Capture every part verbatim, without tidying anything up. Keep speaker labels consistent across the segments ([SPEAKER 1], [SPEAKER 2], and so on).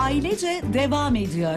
[SPEAKER 1] Ailece devam ediyor.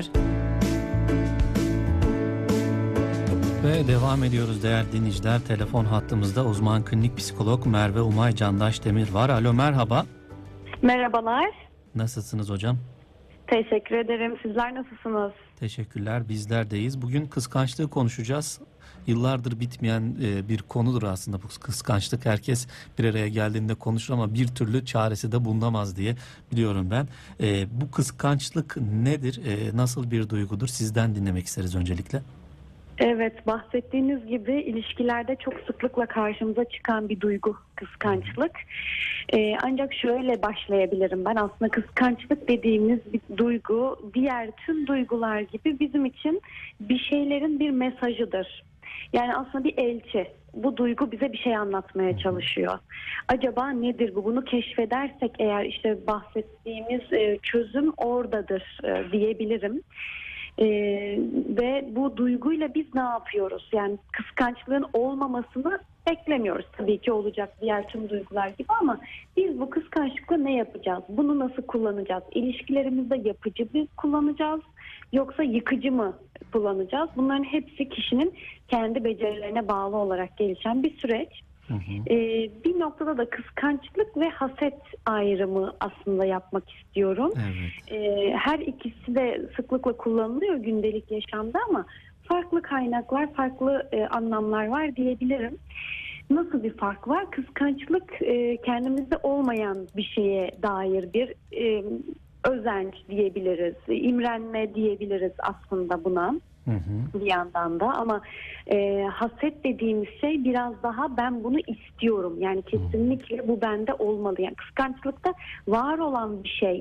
[SPEAKER 2] Ve devam ediyoruz değerli dinleyiciler. Telefon hattımızda uzman klinik psikolog Merve Umay Candaş Demir var. Alo, merhaba.
[SPEAKER 3] Merhabalar.
[SPEAKER 2] Nasılsınız hocam?
[SPEAKER 3] Teşekkür ederim. Sizler nasılsınız?
[SPEAKER 2] Teşekkürler, bizler deyiz. Bugün kıskançlığı konuşacağız. Yıllardır bitmeyen bir konudur aslında bu kıskançlık. Herkes bir araya geldiğinde konuşur ama bir türlü çaresi de bulunamaz diye biliyorum ben. Bu kıskançlık nedir? Nasıl bir duygudur? Sizden dinlemek isteriz öncelikle.
[SPEAKER 3] Evet, bahsettiğiniz gibi ilişkilerde çok sıklıkla karşımıza çıkan bir duygu kıskançlık. Ee, ancak şöyle başlayabilirim ben. Aslında kıskançlık dediğimiz bir duygu diğer tüm duygular gibi bizim için bir şeylerin bir mesajıdır. Yani aslında bir elçi. Bu duygu bize bir şey anlatmaya çalışıyor. Acaba nedir bu? Bunu keşfedersek eğer işte bahsettiğimiz çözüm oradadır diyebilirim. Ee, ve bu duyguyla biz ne yapıyoruz? Yani kıskançlığın olmamasını beklemiyoruz. Tabii ki olacak diğer tüm duygular gibi ama biz bu kıskançlıkla ne yapacağız? Bunu nasıl kullanacağız? İlişkilerimizde yapıcı mı kullanacağız? Yoksa yıkıcı mı kullanacağız? Bunların hepsi kişinin kendi becerilerine bağlı olarak gelişen bir süreç. Hı hı. Ee, bir noktada da kıskançlık ve haset ayrımı aslında yapmak istiyorum.
[SPEAKER 2] Evet.
[SPEAKER 3] Ee, her ikisi de sıklıkla kullanılıyor gündelik yaşamda ama farklı kaynaklar, farklı e, anlamlar var diyebilirim. Nasıl bir fark var? Kıskançlık e, kendimizde olmayan bir şeye dair bir e, özenç diyebiliriz, imrenme diyebiliriz aslında buna. Hı hı. Bir yandan da ama e, haset dediğimiz şey biraz daha ben bunu istiyorum. Yani kesinlikle bu bende olmalı. Yani kıskançlıkta var olan bir şey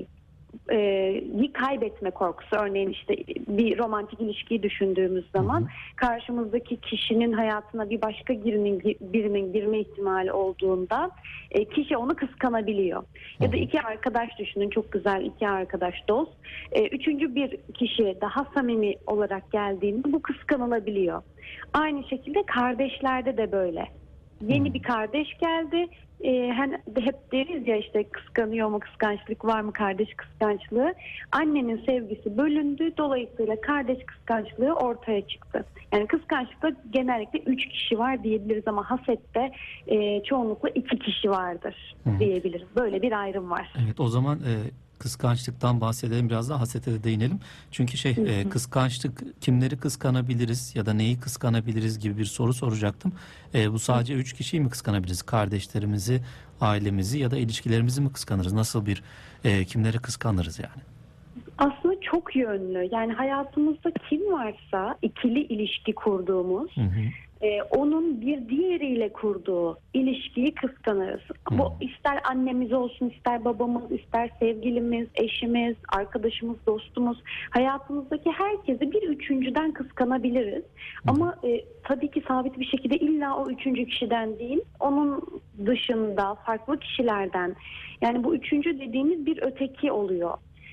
[SPEAKER 3] yi kaybetme korkusu. Örneğin işte bir romantik ilişkiyi düşündüğümüz zaman hı hı. karşımızdaki kişinin hayatına bir başka birinin, birinin girme ihtimali olduğunda e, kişi onu kıskanabiliyor. Hı hı. Ya da iki arkadaş düşünün, çok güzel iki arkadaş dost. E, üçüncü bir kişi daha samimi olarak geldiğinde bu kıskanılabiliyor. Aynı şekilde kardeşlerde de böyle. Yeni bir kardeş geldi. Ee, hep deriz ya işte kıskanıyor mu, kıskançlık var mı, kardeş kıskançlığı. Annenin sevgisi bölündü. Dolayısıyla kardeş kıskançlığı ortaya çıktı. Yani kıskançlıkta genellikle üç kişi var diyebiliriz ama hasette e, çoğunlukla iki kişi vardır Hı. diyebiliriz. Böyle bir ayrım var.
[SPEAKER 2] Evet, o zaman e, kıskançlıktan bahsedelim, biraz da hasete de değinelim. Çünkü şey e, kıskançlık, kimleri kıskanabiliriz ya da neyi kıskanabiliriz gibi bir soru soracaktım. E, bu sadece üç kişiyi mi kıskanabiliriz? Kardeşlerimizi, ailemizi ya da ilişkilerimizi mi kıskanırız? Nasıl bir e, kimleri kıskanırız yani?
[SPEAKER 3] Aslında çok yönlü. Yani hayatımızda kim varsa ikili ilişki kurduğumuz, hı hı. Ee, onun bir diğeriyle kurduğu ilişkiyi kıskanırız. Hmm. Bu ister annemiz olsun, ister babamız, ister sevgilimiz, eşimiz, arkadaşımız, dostumuz. Hayatımızdaki herkesi bir üçüncüden kıskanabiliriz. Hmm. Ama e, tabii ki sabit bir şekilde illa o üçüncü kişiden değil, onun dışında farklı kişilerden. Yani bu üçüncü dediğimiz bir öteki oluyor.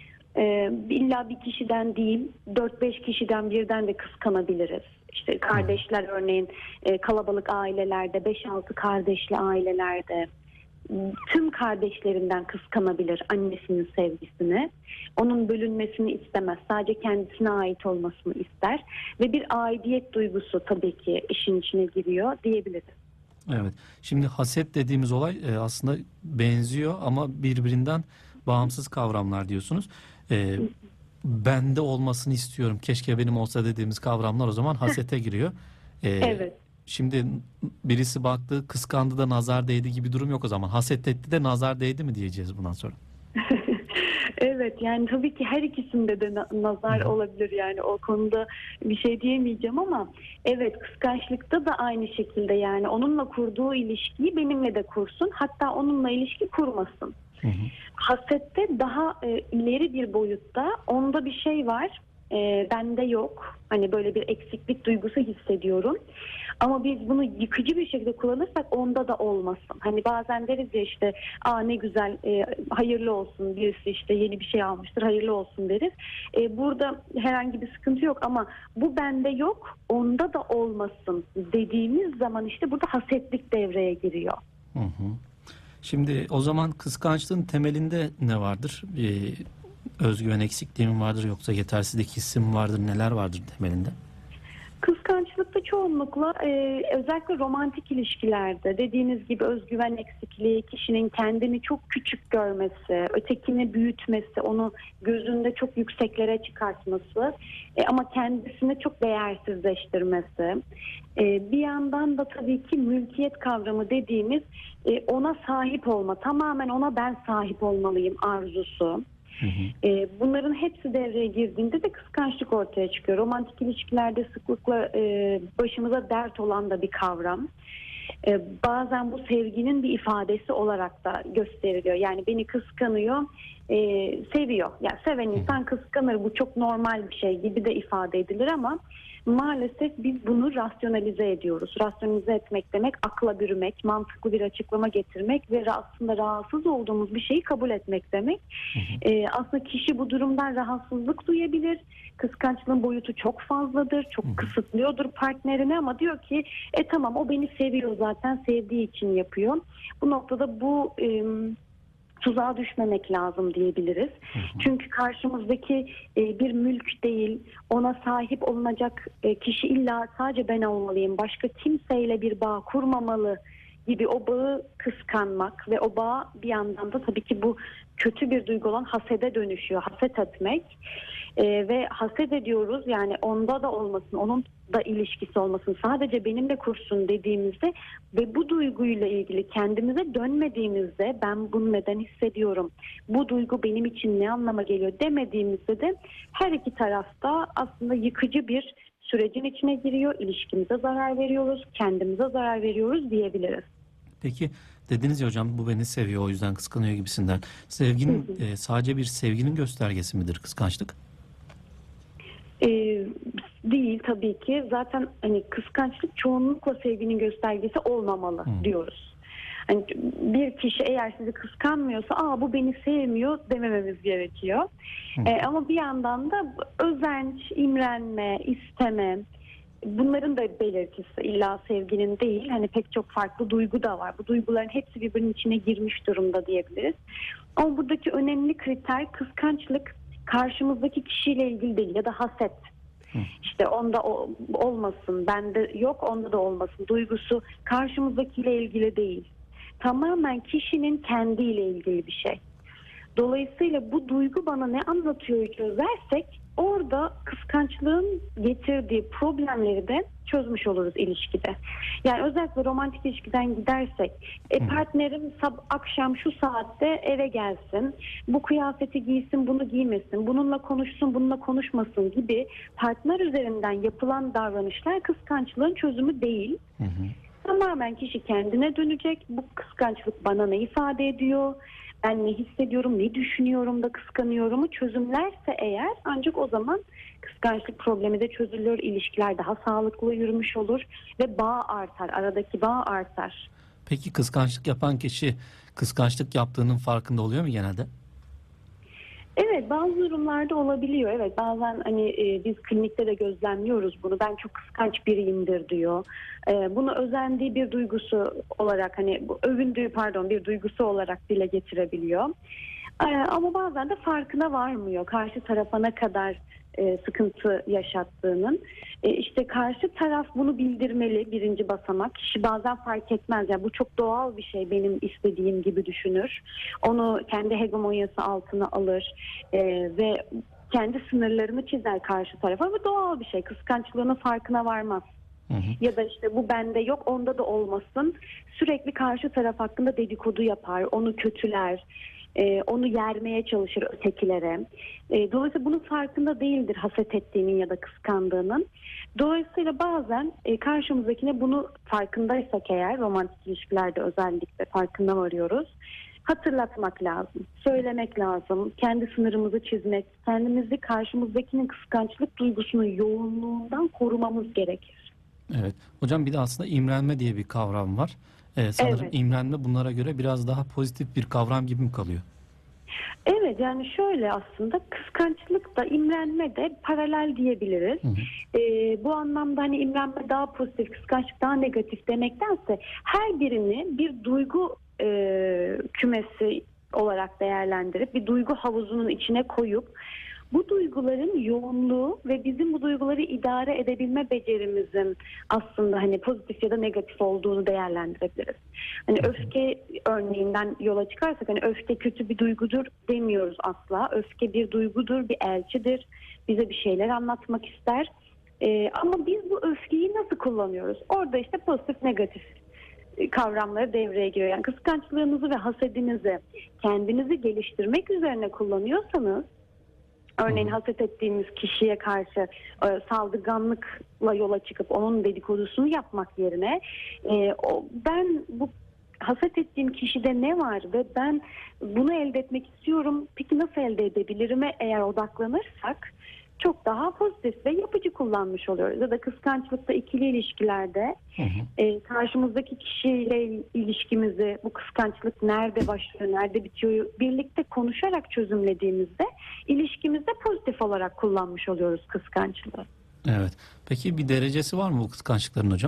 [SPEAKER 3] Ee, illa bir kişiden değil, dört beş kişiden birden de kıskanabiliriz. İşte kardeşler örneğin e, kalabalık ailelerde, beş altı kardeşli ailelerde tüm kardeşlerinden kıskanabilir annesinin sevgisini. Onun bölünmesini istemez. Sadece kendisine ait olmasını ister. Ve bir aidiyet duygusu tabii ki işin içine giriyor diyebiliriz.
[SPEAKER 2] Evet. Şimdi haset dediğimiz olay e, aslında benziyor ama birbirinden bağımsız kavramlar diyorsunuz. E, bende olmasını istiyorum, keşke benim olsa dediğimiz kavramlar o zaman hasete giriyor. E,
[SPEAKER 3] evet.
[SPEAKER 2] Şimdi birisi baktı, kıskandı da nazar değdi gibi durum yok o zaman. Haset etti de nazar değdi mi diyeceğiz bundan sonra?
[SPEAKER 3] Evet, yani tabii ki her ikisinde de nazar Hı. olabilir, yani o konuda bir şey diyemeyeceğim ama evet, kıskançlıkta da aynı şekilde, yani onunla kurduğu ilişkiyi benimle de kursun, hatta onunla ilişki kurmasın. Hı hı. Hasette daha e, ileri bir boyutta onda bir şey var, e, bende yok, hani böyle bir eksiklik duygusu hissediyorum. Ama biz bunu yıkıcı bir şekilde kullanırsak onda da olmasın. Hani bazen deriz ya işte, aa ne güzel, e, hayırlı olsun, birisi işte yeni bir şey almıştır, hayırlı olsun deriz. E, burada herhangi bir sıkıntı yok ama bu bende yok, onda da olmasın dediğimiz zaman işte burada hasetlik devreye giriyor.
[SPEAKER 2] Hı hı. Şimdi o zaman kıskançlığın temelinde ne vardır? Ee, Özgüven eksikliği mi vardır yoksa yetersizlik hissi mi vardır? Neler vardır temelinde?
[SPEAKER 3] Kıskançlıkta çoğunlukla e, özellikle romantik ilişkilerde dediğiniz gibi özgüven eksikliği, kişinin kendini çok küçük görmesi, ötekini büyütmesi, onu gözünde çok yükseklere çıkartması e, ama kendisini çok değersizleştirmesi. E, bir yandan da tabii ki mülkiyet kavramı dediğimiz e, ona sahip olma, tamamen ona ben sahip olmalıyım arzusu. Hı hı. E, bunların hepsi devreye girdiğinde de kıskançlık ortaya çıkıyor. Romantik ilişkilerde sıklıkla e, başımıza dert olan da bir kavram. E, bazen bu sevginin bir ifadesi olarak da gösteriliyor. Yani beni kıskanıyor, e, seviyor. Yani seven insan kıskanır, bu çok normal bir şey gibi de ifade edilir ama maalesef biz bunu rasyonalize ediyoruz. Rasyonalize etmek demek akla bürümek, mantıklı bir açıklama getirmek ve aslında rahatsız olduğumuz bir şeyi kabul etmek demek. Hı hı. Ee, aslında kişi bu durumdan rahatsızlık duyabilir. Kıskançlığın boyutu çok fazladır, çok hı hı. kısıtlıyordur partnerini ama diyor ki e tamam o beni seviyor zaten, sevdiği için yapıyor. Bu noktada bu... E, tuzağa düşmemek lazım diyebiliriz. Hı hı. Çünkü karşımızdaki e, bir mülk değil, ona sahip olunacak e, kişi illa sadece ben olmalıyım, başka kimseyle bir bağ kurmamalı gibi o bağı kıskanmak ve o bağ bir yandan da tabii ki bu kötü bir duygu olan hasede dönüşüyor. Haset etmek e, ve haset ediyoruz yani onda da olmasın, onun da ilişkisi olmasın, sadece benimle kursun dediğimizde ve bu duyguyla ilgili kendimize dönmediğimizde ben bunu neden hissediyorum, bu duygu benim için ne anlama geliyor demediğimizde de her iki tarafta aslında yıkıcı bir sürecin içine giriyor, ilişkimize zarar veriyoruz, kendimize zarar veriyoruz diyebiliriz.
[SPEAKER 2] Peki dediniz ya hocam bu beni seviyor o yüzden kıskanıyor gibisinden. Sevginin hı hı. E, sadece bir sevginin göstergesi midir kıskançlık?
[SPEAKER 3] E, değil tabii ki. Zaten hani kıskançlık çoğunlukla sevginin göstergesi olmamalı hı. diyoruz. Hani bir kişi eğer sizi kıskanmıyorsa aa bu beni sevmiyor demememiz gerekiyor. E, ama bir yandan da özenç, imrenme, isteme, bunların da belirtisi illa sevginin değil. Hani pek çok farklı duygu da var. Bu duyguların hepsi birbirinin içine girmiş durumda diyebiliriz. Ama buradaki önemli kriter kıskançlık karşımızdaki kişiyle ilgili değil ya da haset. Hı. İşte onda o, olmasın, bende yok onda da olmasın duygusu karşımızdakiyle ilgili değil. Tamamen kişinin kendiyle ilgili bir şey. Dolayısıyla bu duygu bana ne anlatıyor çözersek orada kıskançlığın getirdiği problemleri de çözmüş oluruz ilişkide. Yani özellikle romantik ilişkiden gidersek e, partnerim sab- akşam şu saatte eve gelsin, bu kıyafeti giysin, bunu giymesin, bununla konuşsun, bununla konuşmasın gibi partner üzerinden yapılan davranışlar kıskançlığın çözümü değil. Hı hı. Tamamen kişi kendine dönecek. Bu kıskançlık bana ne ifade ediyor? Ben ne hissediyorum, ne düşünüyorum da kıskanıyorumu çözümlerse eğer ancak o zaman kıskançlık problemi de çözülür, ilişkiler daha sağlıklı yürümüş olur ve bağ artar, aradaki bağ artar.
[SPEAKER 2] Peki kıskançlık yapan kişi kıskançlık yaptığının farkında oluyor mu genelde?
[SPEAKER 3] Evet, bazı durumlarda olabiliyor. Evet, bazen hani e, biz klinikte de gözlemliyoruz bunu. Ben çok kıskanç biriyimdir diyor. E, bunu özendiği bir duygusu olarak hani övündüğü pardon bir duygusu olarak dile getirebiliyor. E, ama bazen de farkına varmıyor. Karşı tarafa ne kadar e, sıkıntı yaşattığının. E, işte karşı taraf bunu bildirmeli birinci basamak. Kişi bazen fark etmez. Yani bu çok doğal bir şey benim istediğim gibi düşünür. Onu kendi hegemonyası altına alır e, ve kendi sınırlarını çizer karşı tarafa. Bu doğal bir şey. Kıskançlığının farkına varmaz. Hı hı. Ya da işte bu bende yok onda da olmasın. Sürekli karşı taraf hakkında dedikodu yapar, onu kötüler. Ee, onu yermeye çalışır ötekilere. Ee, dolayısıyla bunun farkında değildir haset ettiğinin ya da kıskandığının. Dolayısıyla bazen e, karşımızdakine bunu farkındaysak eğer romantik ilişkilerde özellikle farkına varıyoruz. Hatırlatmak lazım, söylemek lazım, kendi sınırımızı çizmek, kendimizi karşımızdakinin kıskançlık duygusunun yoğunluğundan korumamız gerekir.
[SPEAKER 2] Evet. Hocam bir de aslında imrenme diye bir kavram var. Ee, sanırım evet. imrenme bunlara göre biraz daha pozitif bir kavram gibi mi kalıyor?
[SPEAKER 3] Evet yani şöyle aslında kıskançlık da imrenme de paralel diyebiliriz. Hı hı. Ee, bu anlamda hani imrenme daha pozitif, kıskançlık daha negatif demektense her birini bir duygu e, kümesi olarak değerlendirip bir duygu havuzunun içine koyup bu duyguların yoğunluğu ve bizim bu duyguları idare edebilme becerimizin aslında hani pozitif ya da negatif olduğunu değerlendirebiliriz. Hani öfke örneğinden yola çıkarsak hani öfke kötü bir duygudur demiyoruz asla. Öfke bir duygudur, bir elçidir. Bize bir şeyler anlatmak ister. Ee, ama biz bu öfkeyi nasıl kullanıyoruz? Orada işte pozitif negatif kavramları devreye giriyor. Yani kıskançlığınızı ve hasedinizi kendinizi geliştirmek üzerine kullanıyorsanız, örneğin haset ettiğimiz kişiye karşı e, saldırganlıkla yola çıkıp onun dedikodusunu yapmak yerine e, o, ben bu haset ettiğim kişide ne var ve ben bunu elde etmek istiyorum, peki nasıl elde edebilirime eğer odaklanırsak çok daha pozitif ve yapıcı kullanmış oluyoruz. Ya da kıskançlıkta ikili ilişkilerde hı hı. E, karşımızdaki kişiyle ilişkimizi, bu kıskançlık nerede başlıyor, nerede bitiyor birlikte konuşarak çözümlediğimizde ilişkimizde pozitif olarak kullanmış oluyoruz kıskançlığı.
[SPEAKER 2] Evet. Peki bir derecesi var mı bu kıskançlıkların hocam?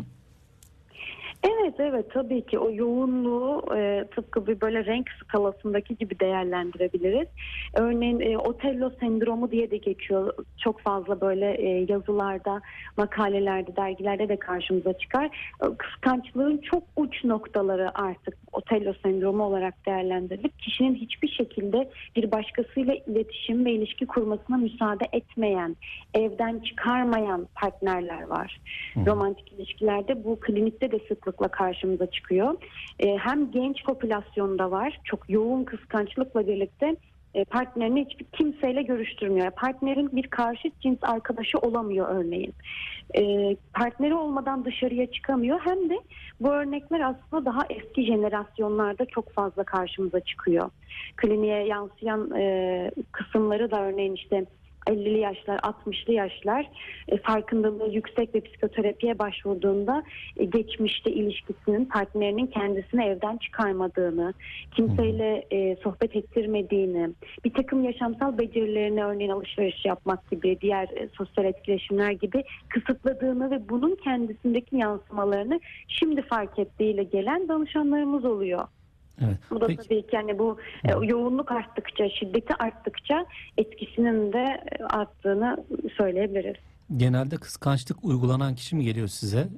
[SPEAKER 3] Evet evet tabii ki o yoğunluğu e, tıpkı bir böyle renk skalasındaki gibi değerlendirebiliriz. Örneğin e, Otello sendromu diye de geçiyor. Çok fazla böyle e, yazılarda, makalelerde, dergilerde de karşımıza çıkar. E, kıskançlığın çok uç noktaları artık Otello sendromu olarak değerlendirilip kişinin hiçbir şekilde bir başkasıyla iletişim ve ilişki kurmasına müsaade etmeyen, evden çıkarmayan partnerler var. Hı. Romantik ilişkilerde bu klinikte de sıklıkla karşımıza çıkıyor. E, hem genç popülasyonda var, çok yoğun kıskançlıkla birlikte e, partnerini hiçbir kimseyle görüştürmüyor. Partnerin bir karşıt cins arkadaşı olamıyor örneğin. E, partneri olmadan dışarıya çıkamıyor. Hem de bu örnekler aslında daha eski jenerasyonlarda çok fazla karşımıza çıkıyor. Kliniğe yansıyan e, kısımları da örneğin işte ellili yaşlar, altmışlı yaşlar e, farkındalığı yüksek ve psikoterapiye başvurduğunda e, geçmişte ilişkisinin partnerinin kendisini evden çıkarmadığını, kimseyle e, sohbet ettirmediğini, bir takım yaşamsal becerilerini örneğin alışveriş yapmak gibi, diğer e, sosyal etkileşimler gibi kısıtladığını ve bunun kendisindeki yansımalarını şimdi fark ettiğiyle gelen danışanlarımız oluyor.
[SPEAKER 2] Evet.
[SPEAKER 3] Bu da
[SPEAKER 2] Peki.
[SPEAKER 3] tabii ki yani bu e, yoğunluk arttıkça, şiddeti arttıkça etkisinin de e, arttığını söyleyebiliriz.
[SPEAKER 2] Genelde kıskançlık uygulanan kişi mi geliyor size?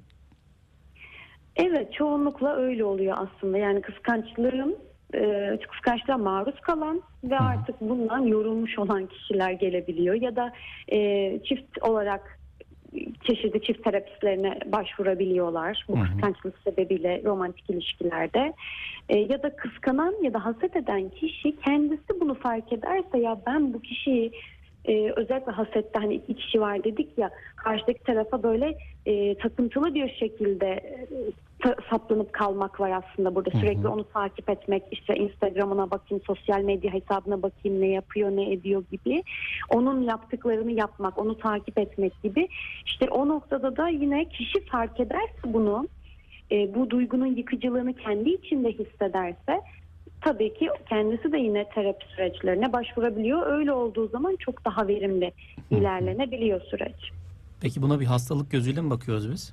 [SPEAKER 3] Evet, çoğunlukla öyle oluyor aslında. Yani kıskançlığın, e, kıskançlığa maruz kalan ve Hı. artık bundan yorulmuş olan kişiler gelebiliyor. Ya da e, çift olarak çeşitli çift terapistlerine başvurabiliyorlar bu kıskançlık sebebiyle romantik ilişkilerde. E, ya da kıskanan ya da haset eden kişi kendisi bunu fark ederse ya ben bu kişiyi e, özellikle hasette hani iki kişi var dedik ya karşıdaki tarafa böyle e, takıntılı bir şekilde e, ta, saplanıp kalmak var aslında burada. Sürekli hı hı. onu takip etmek, işte Instagram'ına bakayım, sosyal medya hesabına bakayım, ne yapıyor ne ediyor gibi, onun yaptıklarını yapmak, onu takip etmek gibi. İşte o noktada da yine kişi fark ederse bunu, e, bu duygunun yıkıcılığını kendi içinde hissederse tabii ki kendisi de yine terapi süreçlerine başvurabiliyor. Öyle olduğu zaman çok daha verimli ilerlenebiliyor süreç.
[SPEAKER 2] Peki buna bir hastalık gözüyle mi bakıyoruz biz?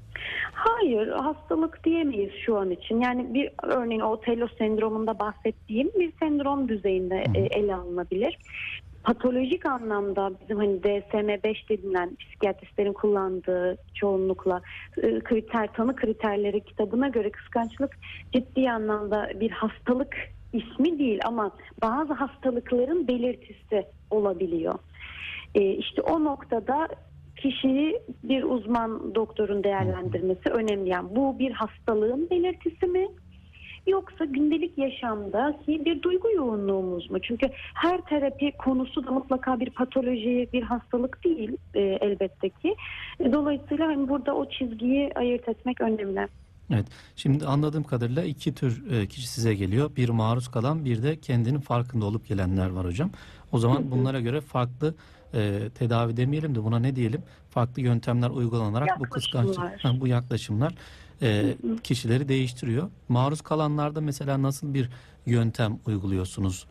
[SPEAKER 3] Hayır, hastalık diyemeyiz şu an için. Yani bir örneğin Otello sendromunda bahsettiğim bir sendrom düzeyinde e, ele alınabilir. Patolojik anlamda bizim hani D S M beş denilen psikiyatristlerin kullandığı çoğunlukla e, kriter tanı kriterleri kitabına göre kıskançlık ciddi anlamda bir hastalık ismi değil ama bazı hastalıkların belirtisi olabiliyor. E, işte o noktada kişiyi bir uzman doktorun değerlendirmesi önemli. Yani bu bir hastalığın belirtisi mi? Yoksa gündelik yaşamdaki bir duygu yoğunluğumuz mu? Çünkü her terapi konusu da mutlaka bir patoloji, bir hastalık değil e, elbette ki. E, dolayısıyla hani burada o çizgiyi ayırt etmek önemli.
[SPEAKER 2] Evet. Şimdi anladığım kadarıyla iki tür e, kişi size geliyor. Bir maruz kalan, bir de kendinin farkında olup gelenler var hocam. O zaman bunlara göre farklı e, tedavi demeyelim de buna ne diyelim? Farklı yöntemler uygulanarak bu kıskançlık, bu yaklaşımlar e, kişileri değiştiriyor. Maruz kalanlarda mesela nasıl bir yöntem uyguluyorsunuz?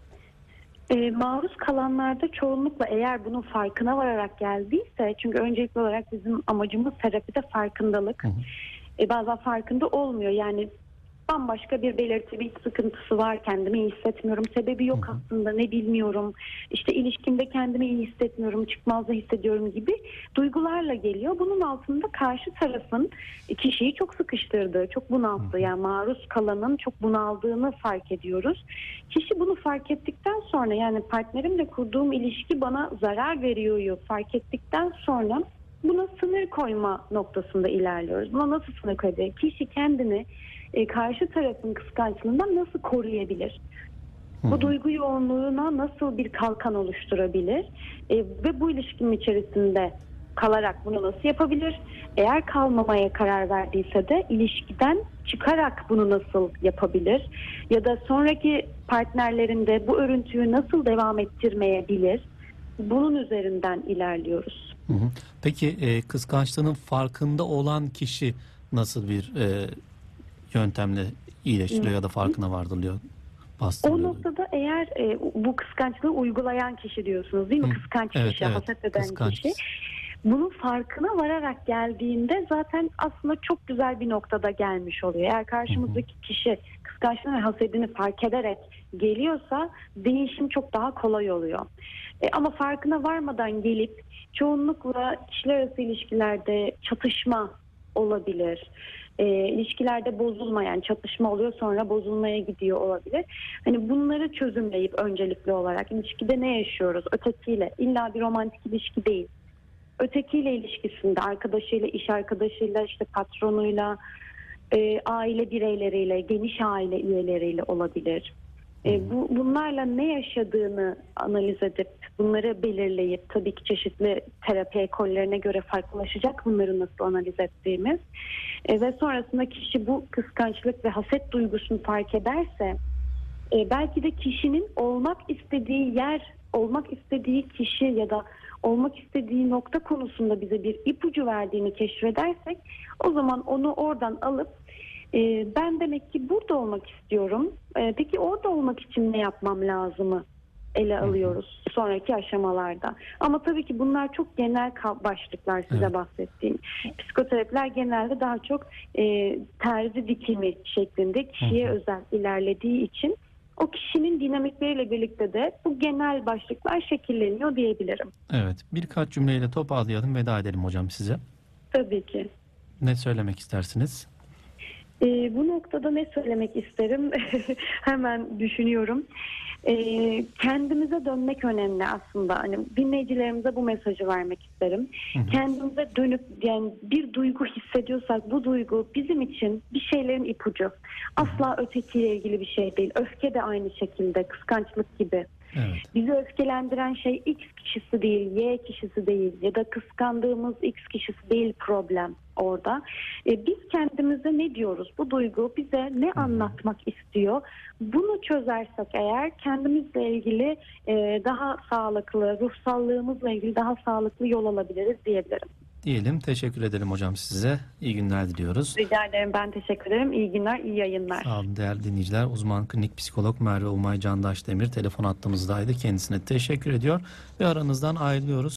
[SPEAKER 3] E, maruz kalanlarda çoğunlukla eğer bunun farkına vararak geldiyse, çünkü öncelikli olarak bizim amacımız terapide farkındalık. Hı hı. E, bazen farkında olmuyor. Yani bambaşka bir belirti, bir sıkıntısı var, kendimi iyi hissetmiyorum, sebebi yok aslında, ne bilmiyorum, işte ilişkimde kendimi iyi hissetmiyorum, çıkmazda hissediyorum gibi duygularla geliyor. Bunun altında karşı tarafın kişiyi çok sıkıştırdığı, çok bunalttığı, yani maruz kalanın çok bunaldığını fark ediyoruz. Kişi bunu fark ettikten sonra, yani partnerimle kurduğum ilişki bana zarar veriyor fark ettikten sonra buna sınır koyma noktasında ilerliyoruz. Buna nasıl sınır koyabilir? Kişi kendini e, karşı tarafın kıskançlığından nasıl koruyabilir?
[SPEAKER 2] Hı.
[SPEAKER 3] Bu duygu yoğunluğuna nasıl bir kalkan oluşturabilir? E, ve bu ilişkinin içerisinde kalarak bunu nasıl yapabilir? Eğer kalmamaya karar verdiyse de ilişkiden çıkarak bunu nasıl yapabilir? Ya da sonraki partnerlerinde bu örüntüyü nasıl devam ettirmeyebilir? Bunun üzerinden ilerliyoruz.
[SPEAKER 2] Hı hı. Peki e, kıskançlığının farkında olan kişi nasıl bir e, yöntemle iyileştiriyor ya da farkına vardırılıyor?
[SPEAKER 3] O noktada eğer e, bu kıskançlığı uygulayan kişi diyorsunuz değil mi?
[SPEAKER 2] Hı.
[SPEAKER 3] Kıskanç
[SPEAKER 2] Evet,
[SPEAKER 3] kişi,
[SPEAKER 2] evet.
[SPEAKER 3] haset eden
[SPEAKER 2] Kıskanç.
[SPEAKER 3] kişi. Bunun farkına vararak geldiğinde zaten aslında çok güzel bir noktada gelmiş oluyor. Eğer karşımızdaki kişi kıskançlığını ve hasedini fark ederek geliyorsa değişim çok daha kolay oluyor. E, ama farkına varmadan gelip çoğunlukla kişiler arası ilişkilerde çatışma olabilir. E, ilişkilerde bozulmayan, çatışma oluyor sonra bozulmaya gidiyor olabilir. Hani bunları çözümleyip öncelikli olarak ilişkide ne yaşıyoruz? Ötekiyle, illa bir romantik ilişki değil. Ötekiyle ilişkisinde, arkadaşıyla, iş arkadaşıyla, işte patronuyla, e, aile bireyleriyle, geniş aile üyeleriyle olabilir. E, bu, bunlarla ne yaşadığını analiz edip, bunları belirleyip, tabii ki çeşitli terapi ekollerine göre farklılaşacak bunları nasıl analiz ettiğimiz. E, ve sonrasında kişi bu kıskançlık ve haset duygusunu fark ederse, e, belki de kişinin olmak istediği yer, olmak istediği kişi ya da olmak istediği nokta konusunda bize bir ipucu verdiğini keşfedersek, o zaman onu oradan alıp e, ben demek ki burada olmak istiyorum. E, peki orada olmak için ne yapmam lazımı ele alıyoruz sonraki aşamalarda. Ama tabii ki bunlar çok genel başlıklar size
[SPEAKER 2] Evet.
[SPEAKER 3] bahsettiğim. Psikoterapiler genelde daha çok e, terzi dikimi şeklinde kişiye
[SPEAKER 2] Hı hı.
[SPEAKER 3] özel ilerlediği için o kişinin dinamikleriyle birlikte de bu genel başlıklar şekilleniyor diyebilirim.
[SPEAKER 2] Evet. Birkaç cümleyle toparlayalım, veda edelim hocam size.
[SPEAKER 3] Tabii ki.
[SPEAKER 2] Ne söylemek istersiniz?
[SPEAKER 3] Ee, bu noktada ne söylemek isterim? Hemen düşünüyorum. Ee, kendimize dönmek önemli aslında. Hani dinleyicilerimize bu mesajı vermek isterim.
[SPEAKER 2] Hı hı.
[SPEAKER 3] Kendimize dönüp, yani bir duygu hissediyorsak bu duygu bizim için bir şeylerin ipucu. Asla ötekiyle ilgili bir şey değil. Öfke de aynı şekilde, kıskançlık gibi.
[SPEAKER 2] Evet.
[SPEAKER 3] Bizi öfkelendiren şey X kişisi değil, Y kişisi değil ya da kıskandığımız X kişisi değil problem orada. E, biz kendimize ne diyoruz? Bu duygu bize ne anlatmak istiyor? Bunu çözersek eğer kendimizle ilgili e, daha sağlıklı, ruh sağlığımızla ilgili daha sağlıklı yol alabiliriz diyebilirim.
[SPEAKER 2] Diyelim. Teşekkür ederim hocam size. İyi günler diliyoruz.
[SPEAKER 3] Rica ederim, ben teşekkür ederim. İyi günler, iyi yayınlar.
[SPEAKER 2] Sağ olun değerli dinleyiciler. Uzman klinik psikolog Merve Umay Candaş Demir telefon hattımızdaydı. Kendisine teşekkür ediyor ve aranızdan ayrılıyoruz.